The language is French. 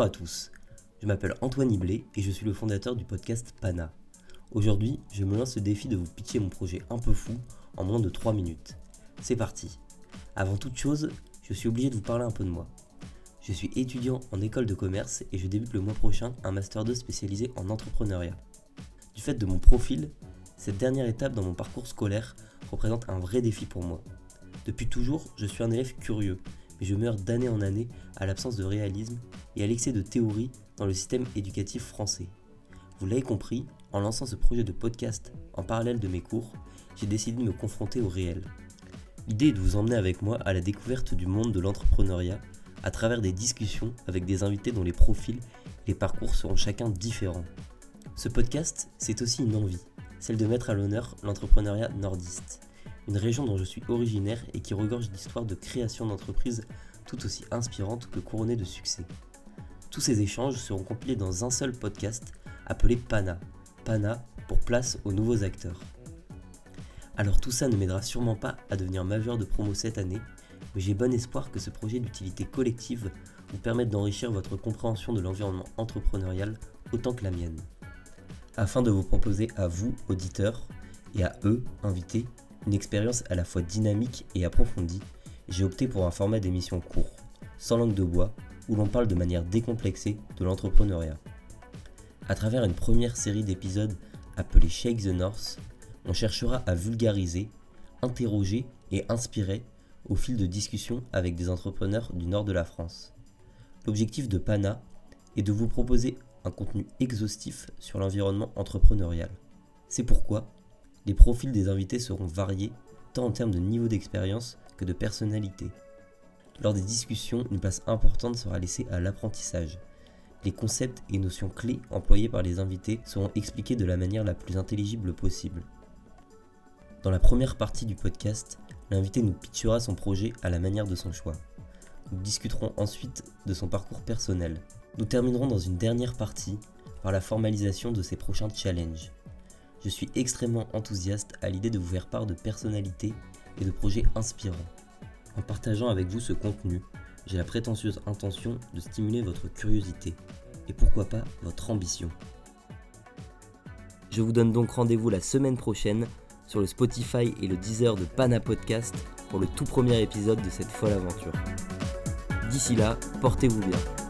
Bonjour à tous, je m'appelle Antoine Iblé et je suis le fondateur du podcast Pana. Aujourd'hui, je me lance le défi de vous pitcher mon projet un peu fou en moins de 3 minutes. C'est parti. Avant toute chose, je suis obligé de vous parler un peu de moi. Je suis étudiant en école de commerce et je débute le mois prochain un Master 2 spécialisé en entrepreneuriat. Du fait de mon profil, cette dernière étape dans mon parcours scolaire représente un vrai défi pour moi. Depuis toujours, je suis un élève curieux, mais je meurs d'année en année à l'absence de réalisme et à l'excès de théorie dans le système éducatif français. Vous l'avez compris, en lançant ce projet de podcast en parallèle de mes cours, j'ai décidé de me confronter au réel. L'idée est de vous emmener avec moi à la découverte du monde de l'entrepreneuriat à travers des discussions avec des invités dont les profils et les parcours seront chacun différents. Ce podcast, c'est aussi une envie, celle de mettre à l'honneur l'entrepreneuriat nordiste, une région dont je suis originaire et qui regorge d'histoires de création d'entreprises tout aussi inspirantes que couronnées de succès. Tous ces échanges seront compilés dans un seul podcast appelé Pana. Pana pour place aux nouveaux acteurs. Alors tout ça ne m'aidera sûrement pas à devenir majeur de promo cette année, mais j'ai bon espoir que ce projet d'utilité collective vous permette d'enrichir votre compréhension de l'environnement entrepreneurial autant que la mienne. Afin de vous proposer à vous, auditeurs, et à eux, invités, une expérience à la fois dynamique et approfondie, j'ai opté pour un format d'émission court, sans langue de bois, où l'on parle de manière décomplexée de l'entrepreneuriat. À travers une première série d'épisodes appelée Shake the North, on cherchera à vulgariser, interroger et inspirer au fil de discussions avec des entrepreneurs du nord de la France. L'objectif de Pana est de vous proposer un contenu exhaustif sur l'environnement entrepreneurial. C'est pourquoi les profils des invités seront variés tant en termes de niveau d'expérience que de personnalité. Lors des discussions, une place importante sera laissée à l'apprentissage. Les concepts et notions clés employés par les invités seront expliqués de la manière la plus intelligible possible. Dans la première partie du podcast, l'invité nous pitchera son projet à la manière de son choix. Nous discuterons ensuite de son parcours personnel. Nous terminerons dans une dernière partie par la formalisation de ses prochains challenges. Je suis extrêmement enthousiaste à l'idée de vous faire part de personnalités et de projets inspirants. En partageant avec vous ce contenu, j'ai la prétentieuse intention de stimuler votre curiosité et pourquoi pas votre ambition. Je vous donne donc rendez-vous la semaine prochaine sur le Spotify et le Deezer de Pana Podcast pour le tout premier épisode de cette folle aventure. D'ici là, portez-vous bien.